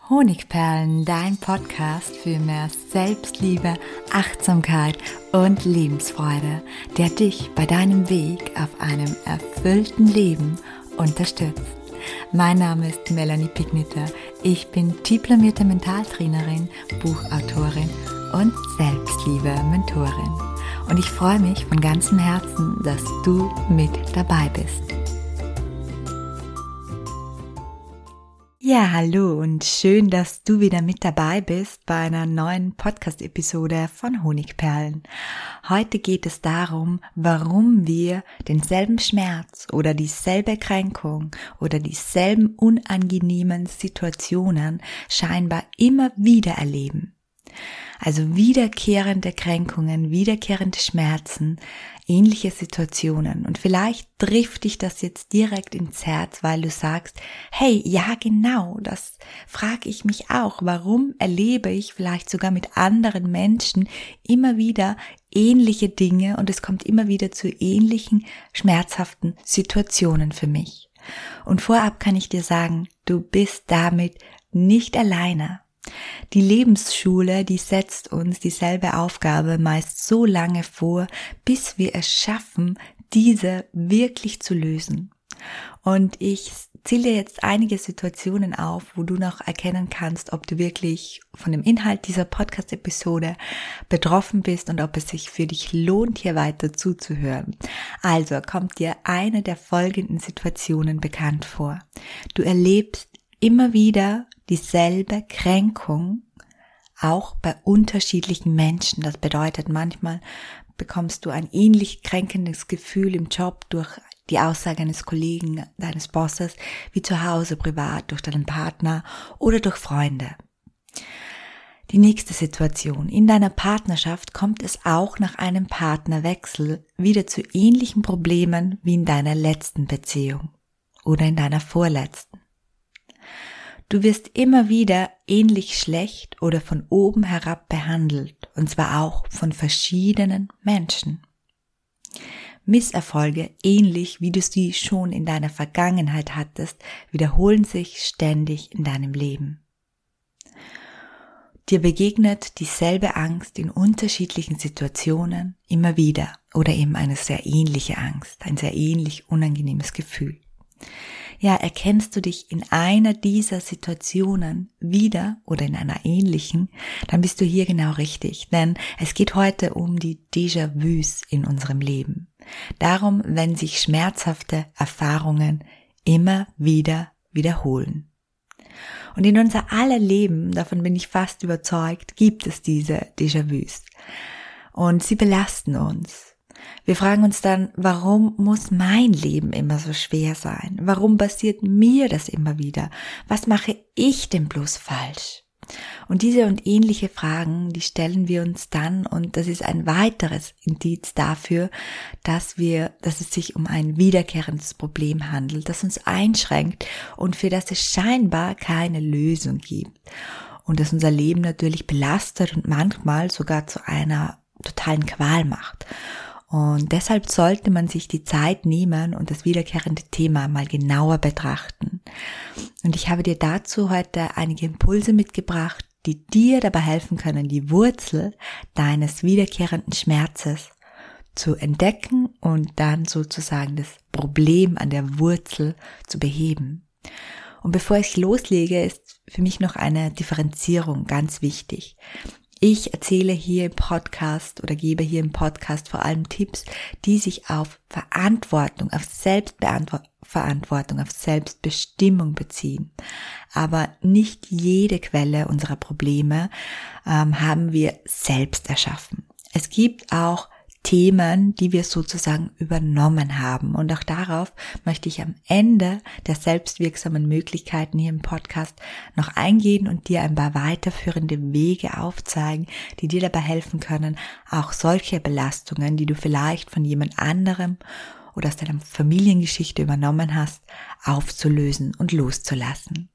Honigperlen, dein Podcast für mehr Selbstliebe, Achtsamkeit und Lebensfreude, der dich bei deinem Weg auf einem erfüllten Leben unterstützt. Mein Name ist Melanie Pigniter. Ich bin diplomierte Mentaltrainerin, Buchautorin und Selbstliebe-Mentorin. Und ich freue mich von ganzem Herzen, dass du mit dabei bist. Ja, hallo und schön, dass du wieder mit dabei bist bei einer neuen Podcast-Episode von Honigperlen. Heute geht es darum, warum wir denselben Schmerz oder dieselbe Kränkung oder dieselben unangenehmen Situationen scheinbar immer wieder erleben. Also wiederkehrende Kränkungen, wiederkehrende Schmerzen, ähnliche Situationen. Und vielleicht trifft dich das jetzt direkt ins Herz, weil du sagst, hey, ja genau, das frage ich mich auch. Warum erlebe ich vielleicht sogar mit anderen Menschen immer wieder ähnliche Dinge und es kommt immer wieder zu ähnlichen schmerzhaften Situationen für mich? Und vorab kann ich dir sagen, du bist damit nicht alleine. Die Lebensschule, die setzt uns dieselbe Aufgabe meist so lange vor, bis wir es schaffen, diese wirklich zu lösen. Und ich zähle jetzt einige Situationen auf, wo du noch erkennen kannst, ob du wirklich von dem Inhalt dieser Podcast-Episode betroffen bist und ob es sich für dich lohnt, hier weiter zuzuhören. Also kommt dir eine der folgenden Situationen bekannt vor. Du erlebst immer wieder dieselbe Kränkung, auch bei unterschiedlichen Menschen. Das bedeutet, manchmal bekommst du ein ähnlich kränkendes Gefühl im Job durch die Aussage eines Kollegen, deines Bosses, wie zu Hause privat, durch deinen Partner oder durch Freunde. Die nächste Situation. In deiner Partnerschaft kommt es auch nach einem Partnerwechsel wieder zu ähnlichen Problemen wie in deiner letzten Beziehung oder in deiner vorletzten. Du wirst immer wieder ähnlich schlecht oder von oben herab behandelt, und zwar auch von verschiedenen Menschen. Misserfolge, ähnlich wie du sie schon in deiner Vergangenheit hattest, wiederholen sich ständig in deinem Leben. Dir begegnet dieselbe Angst in unterschiedlichen Situationen immer wieder oder eben eine sehr ähnliche Angst, ein sehr ähnlich unangenehmes Gefühl. Ja, erkennst du dich in einer dieser Situationen wieder oder in einer ähnlichen, dann bist du hier genau richtig, denn es geht heute um die Déjà-vus in unserem Leben. Darum, wenn sich schmerzhafte Erfahrungen immer wieder wiederholen. Und in unser aller Leben, davon bin ich fast überzeugt, gibt es diese Déjà-vus. Und sie belasten uns. Wir fragen uns dann, warum muss mein Leben immer so schwer sein? Warum passiert mir das immer wieder? Was mache ich denn bloß falsch? Und diese und ähnliche Fragen, die stellen wir uns dann, und das ist ein weiteres Indiz dafür, dass es sich um ein wiederkehrendes Problem handelt, das uns einschränkt und für das es scheinbar keine Lösung gibt. Und das unser Leben natürlich belastet und manchmal sogar zu einer totalen Qual macht. Und deshalb sollte man sich die Zeit nehmen und das wiederkehrende Thema mal genauer betrachten. Und ich habe dir dazu heute einige Impulse mitgebracht, die dir dabei helfen können, die Wurzel deines wiederkehrenden Schmerzes zu entdecken und dann sozusagen das Problem an der Wurzel zu beheben. Und bevor ich loslege, ist für mich noch eine Differenzierung ganz wichtig. Ich erzähle hier im Podcast oder gebe hier im Podcast vor allem Tipps, die sich auf Verantwortung, auf Selbstverantwortung, auf Selbstbestimmung beziehen. Aber nicht jede Quelle unserer Probleme haben wir selbst erschaffen. Es gibt auch Themen, die wir sozusagen übernommen haben. Und auch darauf möchte ich am Ende der selbstwirksamen Möglichkeiten hier im Podcast noch eingehen und dir ein paar weiterführende Wege aufzeigen, die dir dabei helfen können, auch solche Belastungen, die du vielleicht von jemand anderem oder aus deiner Familiengeschichte übernommen hast, aufzulösen und loszulassen.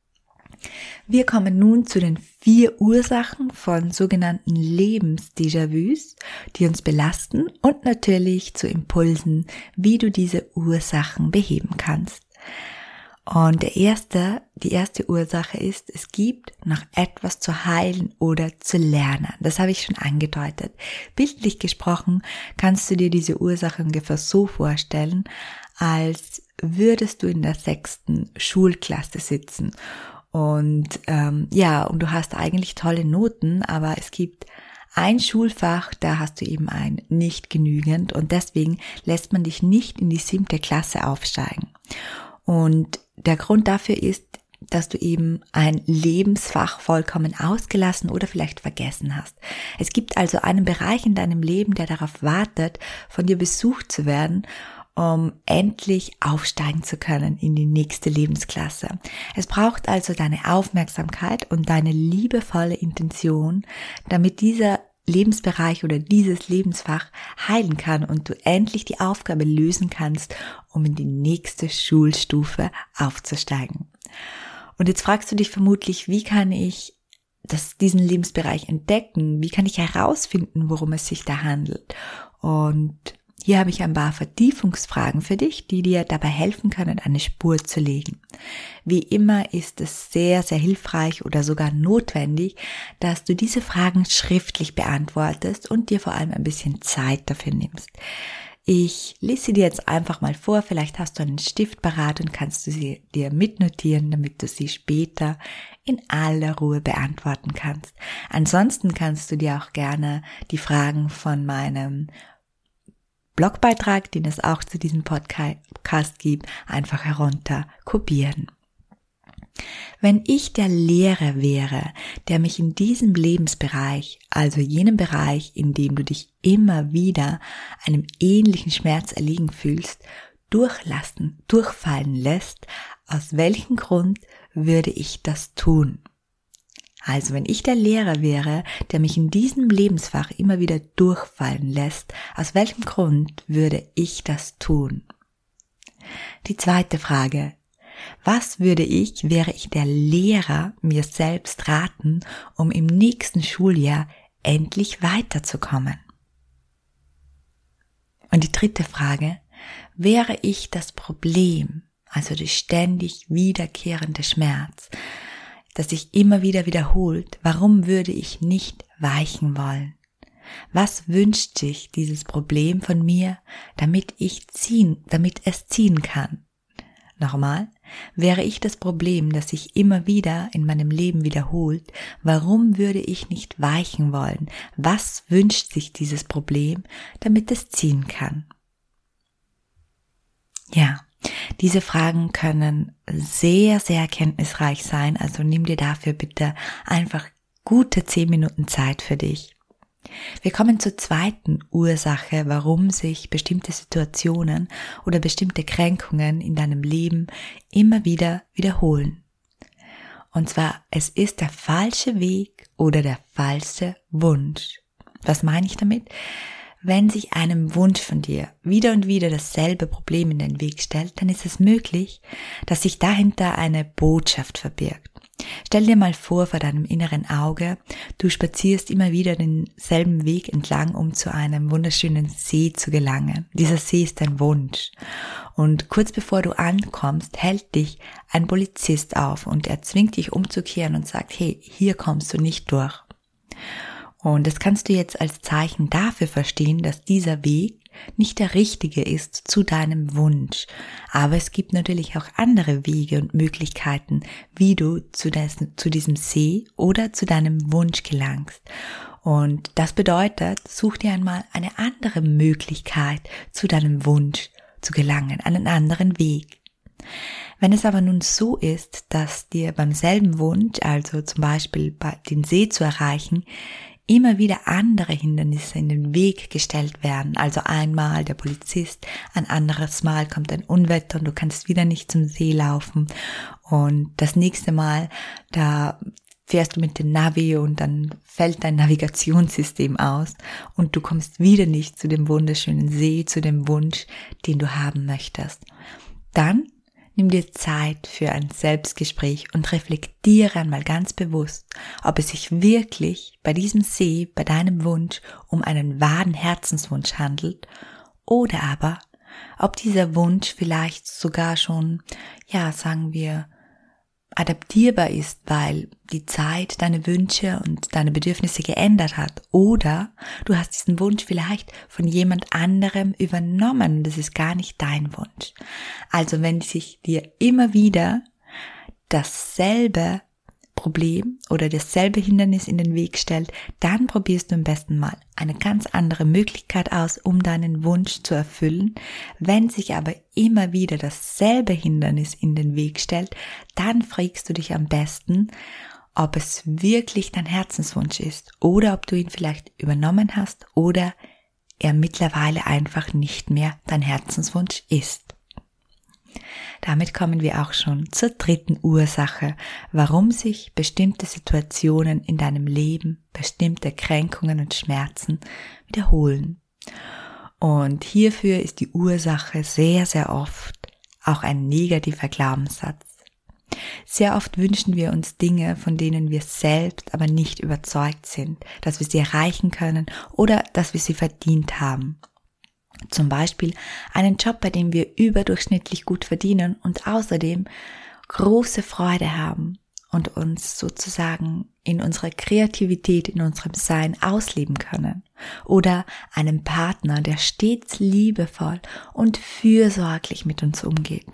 Wir kommen nun zu den 4 Ursachen von sogenannten Lebens-Déjà-vus, die uns belasten, und natürlich zu Impulsen, wie du diese Ursachen beheben kannst. Und die erste Ursache ist, es gibt noch etwas zu heilen oder zu lernen. Das habe ich schon angedeutet. Bildlich gesprochen kannst du dir diese Ursache ungefähr so vorstellen, als würdest du in der 6. Schulklasse sitzen. Und und du hast eigentlich tolle Noten, aber es gibt ein Schulfach, da hast du eben ein nicht genügend und deswegen lässt man dich nicht in die 7. Klasse aufsteigen. Und der Grund dafür ist, dass du eben ein Lebensfach vollkommen ausgelassen oder vielleicht vergessen hast. Es gibt also einen Bereich in deinem Leben, der darauf wartet, von dir besucht zu werden, um endlich aufsteigen zu können in die nächste Lebensklasse. Es braucht also deine Aufmerksamkeit und deine liebevolle Intention, damit dieser Lebensbereich oder dieses Lebensfach heilen kann und du endlich die Aufgabe lösen kannst, um in die nächste Schulstufe aufzusteigen. Und jetzt fragst du dich vermutlich, wie kann ich diesen Lebensbereich entdecken? Wie kann ich herausfinden, worum es sich da handelt? Und hier habe ich ein paar Vertiefungsfragen für dich, die dir dabei helfen können, eine Spur zu legen. Wie immer ist es sehr, sehr hilfreich oder sogar notwendig, dass du diese Fragen schriftlich beantwortest und dir vor allem ein bisschen Zeit dafür nimmst. Ich lese sie dir jetzt einfach mal vor, vielleicht hast du einen Stift parat und kannst du sie dir mitnotieren, damit du sie später in aller Ruhe beantworten kannst. Ansonsten kannst du dir auch gerne die Fragen von meinem Blogbeitrag, den es auch zu diesem Podcast gibt, einfach herunter kopieren. Wenn ich der Lehrer wäre, der mich in diesem Lebensbereich, also jenem Bereich, in dem du dich immer wieder einem ähnlichen Schmerz erliegen fühlst, durchfallen lässt, aus welchem Grund würde ich das tun? Also wenn ich der Lehrer wäre, der mich in diesem Lebensfach immer wieder durchfallen lässt, aus welchem Grund würde ich das tun? Die zweite Frage: Was würde ich, wäre ich der Lehrer, mir selbst raten, um im nächsten Schuljahr endlich weiterzukommen? Und die dritte Frage: Wäre ich das Problem, also der ständig wiederkehrende Schmerz, das sich immer wieder wiederholt, warum würde ich nicht weichen wollen? Was wünscht sich dieses Problem von mir, damit es ziehen kann? Nochmal, wäre ich das Problem, das sich immer wieder in meinem Leben wiederholt, warum würde ich nicht weichen wollen? Was wünscht sich dieses Problem, damit es ziehen kann? Ja, diese Fragen können sehr, sehr erkenntnisreich sein, also nimm dir dafür bitte einfach gute 10 Minuten Zeit für dich. Wir kommen zur zweiten Ursache, warum sich bestimmte Situationen oder bestimmte Kränkungen in deinem Leben immer wieder wiederholen. Und zwar, es ist der falsche Weg oder der falsche Wunsch. Was meine ich damit? Wenn sich einem Wunsch von dir wieder und wieder dasselbe Problem in den Weg stellt, dann ist es möglich, dass sich dahinter eine Botschaft verbirgt. Stell dir mal vor deinem inneren Auge, du spazierst immer wieder denselben Weg entlang, um zu einem wunderschönen See zu gelangen. Dieser See ist dein Wunsch. Und kurz bevor du ankommst, hält dich ein Polizist auf und er zwingt dich umzukehren und sagt, hey, hier kommst du nicht durch. Und das kannst du jetzt als Zeichen dafür verstehen, dass dieser Weg nicht der richtige ist zu deinem Wunsch. Aber es gibt natürlich auch andere Wege und Möglichkeiten, wie du zu diesem See oder zu deinem Wunsch gelangst. Und das bedeutet, such dir einmal eine andere Möglichkeit, zu deinem Wunsch zu gelangen, einen anderen Weg. Wenn es aber nun so ist, dass dir beim selben Wunsch, also zum Beispiel den See zu erreichen, immer wieder andere Hindernisse in den Weg gestellt werden. Also einmal der Polizist, ein anderes Mal kommt ein Unwetter und du kannst wieder nicht zum See laufen. Und das nächste Mal, da fährst du mit dem Navi und dann fällt dein Navigationssystem aus und du kommst wieder nicht zu dem wunderschönen See, zu dem Wunsch, den du haben möchtest. Dann nimm dir Zeit für ein Selbstgespräch und reflektiere einmal ganz bewusst, ob es sich wirklich bei diesem See, bei deinem Wunsch, um einen wahren Herzenswunsch handelt oder aber, ob dieser Wunsch vielleicht sogar schon, sagen wir, adaptierbar ist, weil die Zeit deine Wünsche und deine Bedürfnisse geändert hat. Oder du hast diesen Wunsch vielleicht von jemand anderem übernommen. Das ist gar nicht dein Wunsch. Also wenn sich dir immer wieder dasselbe Problem oder dasselbe Hindernis in den Weg stellt, dann probierst du am besten mal eine ganz andere Möglichkeit aus, um deinen Wunsch zu erfüllen. Wenn sich aber immer wieder dasselbe Hindernis in den Weg stellt, dann fragst du dich am besten, ob es wirklich dein Herzenswunsch ist oder ob du ihn vielleicht übernommen hast oder er mittlerweile einfach nicht mehr dein Herzenswunsch ist. Damit kommen wir auch schon zur dritten Ursache, warum sich bestimmte Situationen in deinem Leben, bestimmte Kränkungen und Schmerzen wiederholen. Und hierfür ist die Ursache sehr, sehr oft auch ein negativer Glaubenssatz. Sehr oft wünschen wir uns Dinge, von denen wir selbst aber nicht überzeugt sind, dass wir sie erreichen können oder dass wir sie verdient haben. Zum Beispiel einen Job, bei dem wir überdurchschnittlich gut verdienen und außerdem große Freude haben und uns sozusagen in unserer Kreativität, in unserem Sein ausleben können. Oder einen Partner, der stets liebevoll und fürsorglich mit uns umgeht.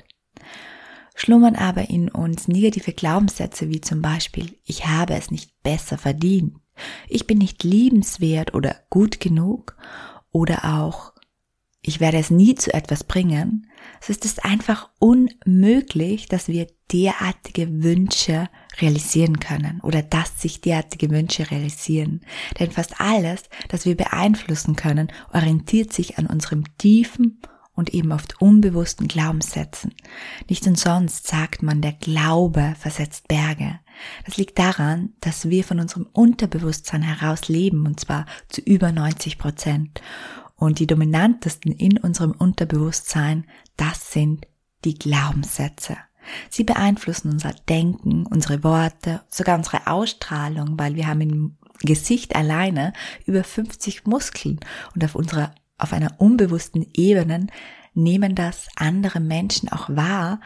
Schlummern aber in uns negative Glaubenssätze wie zum Beispiel, ich habe es nicht besser verdient, ich bin nicht liebenswert oder gut genug oder auch, ich werde es nie zu etwas bringen, so ist es einfach unmöglich, dass wir derartige Wünsche realisieren können oder dass sich derartige Wünsche realisieren. Denn fast alles, das wir beeinflussen können, orientiert sich an unserem tiefen und eben oft unbewussten Glaubenssätzen. Nicht umsonst sagt man, der Glaube versetzt Berge. Das liegt daran, dass wir von unserem Unterbewusstsein heraus leben, und zwar zu über 90%. Und die dominantesten in unserem Unterbewusstsein, das sind die Glaubenssätze. Sie beeinflussen unser Denken, unsere Worte, sogar unsere Ausstrahlung, weil wir haben im Gesicht alleine über 50 Muskeln und auf einer unbewussten Ebene nehmen das andere Menschen auch wahr,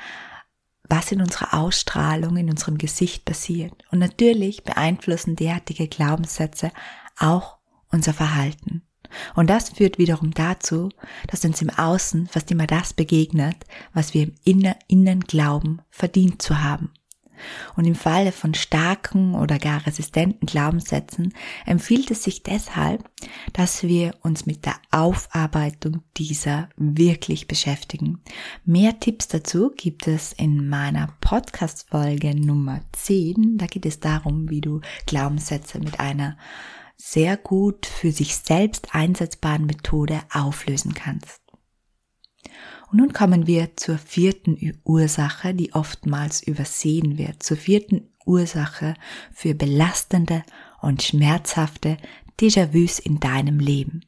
was in unserer Ausstrahlung, in unserem Gesicht passiert. Und natürlich beeinflussen derartige Glaubenssätze auch unser Verhalten. Und das führt wiederum dazu, dass uns im Außen fast immer das begegnet, was wir im Innen glauben, verdient zu haben. Und im Falle von starken oder gar resistenten Glaubenssätzen empfiehlt es sich deshalb, dass wir uns mit der Aufarbeitung dieser wirklich beschäftigen. Mehr Tipps dazu gibt es in meiner Podcast-Folge Nummer 10. Da geht es darum, wie du Glaubenssätze mit einer sehr gut für sich selbst einsetzbaren Methode auflösen kannst. Und nun kommen wir zur vierten Ursache, die oftmals übersehen wird, zur vierten Ursache für belastende und schmerzhafte Déjà-vus in deinem Leben.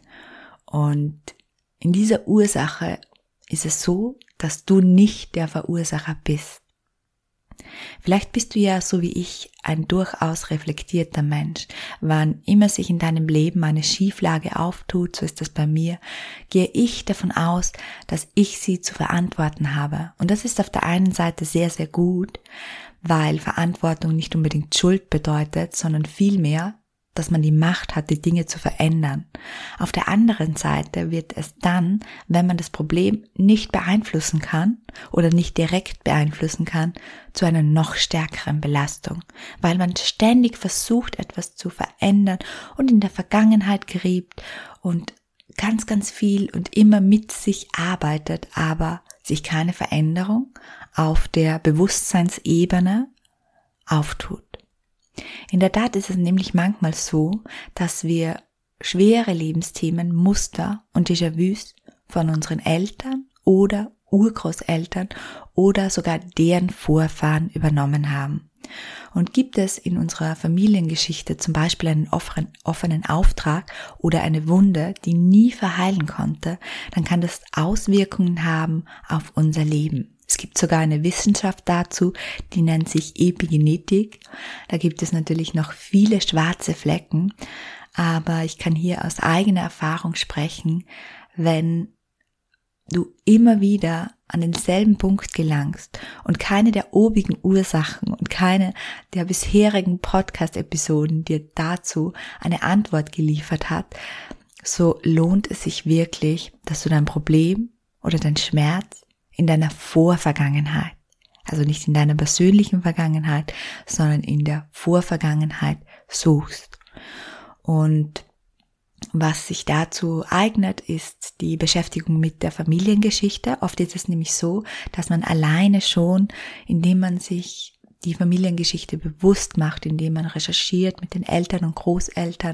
Und in dieser Ursache ist es so, dass du nicht der Verursacher bist. Vielleicht bist du ja, so wie ich, ein durchaus reflektierter Mensch. Wann immer sich in deinem Leben eine Schieflage auftut, so ist das bei mir, gehe ich davon aus, dass ich sie zu verantworten habe. Und das ist auf der einen Seite sehr, sehr gut, weil Verantwortung nicht unbedingt Schuld bedeutet, sondern vielmehr, dass man die Macht hat, die Dinge zu verändern. Auf der anderen Seite wird es dann, wenn man das Problem nicht beeinflussen kann oder nicht direkt beeinflussen kann, zu einer noch stärkeren Belastung, weil man ständig versucht, etwas zu verändern und in der Vergangenheit gräbt und ganz, ganz viel und immer mit sich arbeitet, aber sich keine Veränderung auf der Bewusstseinsebene auftut. In der Tat ist es nämlich manchmal so, dass wir schwere Lebensthemen, Muster und Déjà-vus von unseren Eltern oder Urgroßeltern oder sogar deren Vorfahren übernommen haben. Und gibt es in unserer Familiengeschichte zum Beispiel einen offenen Auftrag oder eine Wunde, die nie verheilen konnte, dann kann das Auswirkungen haben auf unser Leben. Es gibt sogar eine Wissenschaft dazu, die nennt sich Epigenetik. Da gibt es natürlich noch viele schwarze Flecken, aber ich kann hier aus eigener Erfahrung sprechen, wenn du immer wieder an denselben Punkt gelangst und keine der obigen Ursachen und keine der bisherigen Podcast-Episoden dir dazu eine Antwort geliefert hat, so lohnt es sich wirklich, dass du dein Problem oder dein Schmerz in deiner Vorvergangenheit, also nicht in deiner persönlichen Vergangenheit, sondern in der Vorvergangenheit suchst. Und was sich dazu eignet, ist die Beschäftigung mit der Familiengeschichte. Oft ist es nämlich so, dass man alleine schon, indem man sich die Familiengeschichte bewusst macht, indem man recherchiert mit den Eltern und Großeltern,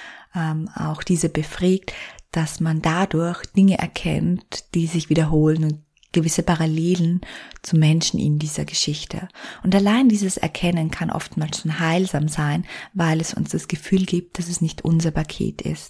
auch diese befragt, dass man dadurch Dinge erkennt, die sich wiederholen und gewisse Parallelen zu Menschen in dieser Geschichte. Und allein dieses Erkennen kann oftmals schon heilsam sein, weil es uns das Gefühl gibt, dass es nicht unser Paket ist.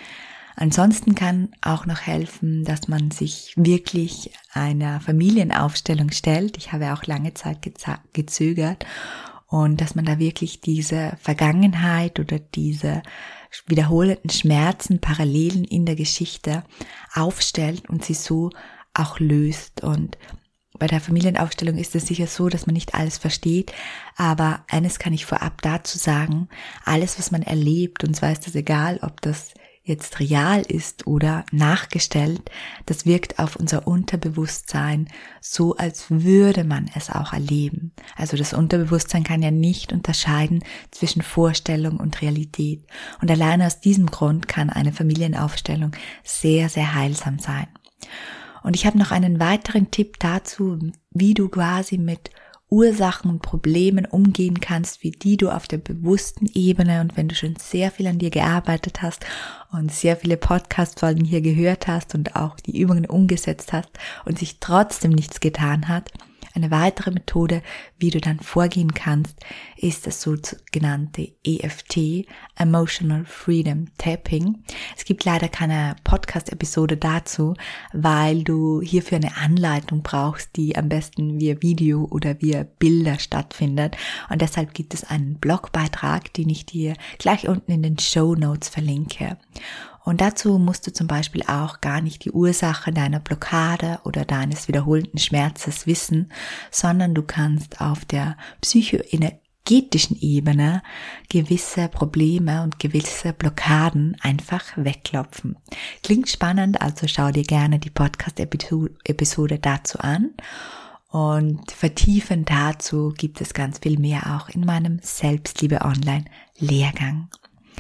Ansonsten kann auch noch helfen, dass man sich wirklich einer Familienaufstellung stellt. Ich habe auch lange Zeit gezögert und dass man da wirklich diese Vergangenheit oder diese wiederholenden Schmerzen, Parallelen in der Geschichte aufstellt und sie so auch löst. Und bei der Familienaufstellung ist es sicher so, dass man nicht alles versteht, aber eines kann ich vorab dazu sagen: Alles, was man erlebt, und zwar ist es egal, ob das jetzt real ist oder nachgestellt, das wirkt auf unser Unterbewusstsein so, als würde man es auch erleben. Also das Unterbewusstsein kann ja nicht unterscheiden zwischen Vorstellung und Realität. Und alleine aus diesem Grund kann eine Familienaufstellung sehr, sehr heilsam sein. Und ich habe noch einen weiteren Tipp dazu, wie du quasi mit Ursachen und Problemen umgehen kannst, wie die du auf der bewussten Ebene, und wenn du schon sehr viel an dir gearbeitet hast und sehr viele Podcast-Folgen hier gehört hast und auch die Übungen umgesetzt hast und sich trotzdem nichts getan hat, eine weitere Methode, wie du dann vorgehen kannst, ist das sogenannte EFT, Emotional Freedom Tapping. Es gibt leider keine Podcast-Episode dazu, weil du hierfür eine Anleitung brauchst, die am besten via Video oder via Bilder stattfindet. Und deshalb gibt es einen Blogbeitrag, den ich dir gleich unten in den Shownotes verlinke. Und dazu musst du zum Beispiel auch gar nicht die Ursache deiner Blockade oder deines wiederholten Schmerzes wissen, sondern du kannst auf der psychoenergetischen Ebene gewisse Probleme und gewisse Blockaden einfach wegklopfen. Klingt spannend, also schau dir gerne die Podcast-Episode dazu an. Und vertiefend dazu gibt es ganz viel mehr auch in meinem Selbstliebe-Online-Lehrgang.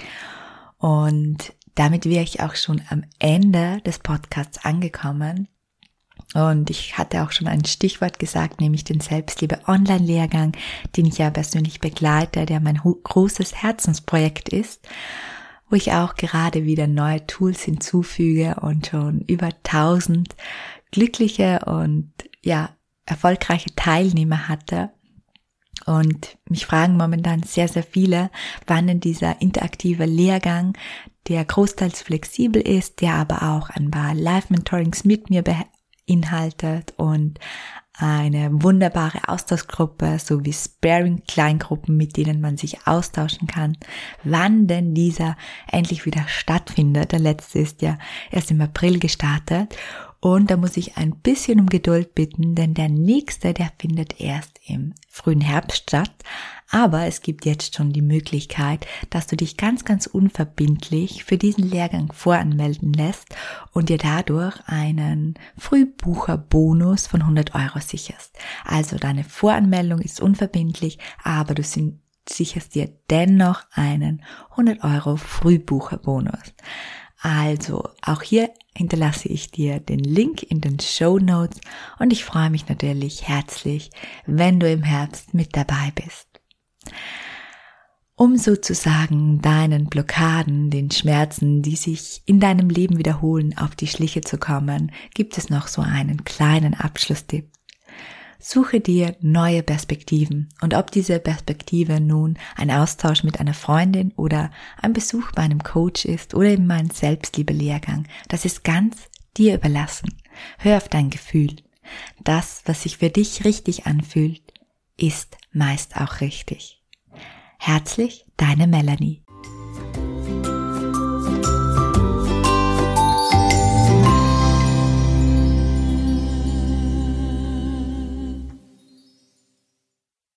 Und damit wäre ich auch schon am Ende des Podcasts angekommen. Und ich hatte auch schon ein Stichwort gesagt, nämlich den Selbstliebe-Online-Lehrgang, den ich ja persönlich begleite, der mein großes Herzensprojekt ist, wo ich auch gerade wieder neue Tools hinzufüge und schon über 1000 glückliche und erfolgreiche Teilnehmer hatte. Und mich fragen momentan sehr, sehr viele, wann denn dieser interaktive Lehrgang, der großteils flexibel ist, der aber auch ein paar Live-Mentorings mit mir beinhaltet und eine wunderbare Austauschgruppe sowie Sparing-Kleingruppen, mit denen man sich austauschen kann, wann denn dieser endlich wieder stattfindet. Der letzte ist ja erst im April gestartet. Und da muss ich ein bisschen um Geduld bitten, denn der nächste, der findet erst im frühen Herbst statt. Aber es gibt jetzt schon die Möglichkeit, dass du dich ganz, ganz unverbindlich für diesen Lehrgang voranmelden lässt und dir dadurch einen Frühbucherbonus von 100 € sicherst. Also deine Voranmeldung ist unverbindlich, aber du sicherst dir dennoch einen 100 € Frühbucherbonus. Also auch hier hinterlasse ich dir den Link in den Shownotes und ich freue mich natürlich herzlich, wenn du im Herbst mit dabei bist. Um sozusagen deinen Blockaden, den Schmerzen, die sich in deinem Leben wiederholen, auf die Schliche zu kommen, gibt es noch so einen kleinen Abschlusstipp. Suche dir neue Perspektiven, und ob diese Perspektive nun ein Austausch mit einer Freundin oder ein Besuch bei einem Coach ist oder eben mein Selbstliebe-Lehrgang, das ist ganz dir überlassen. Hör auf dein Gefühl. Das, was sich für dich richtig anfühlt, ist meist auch richtig. Herzlich, deine Melanie.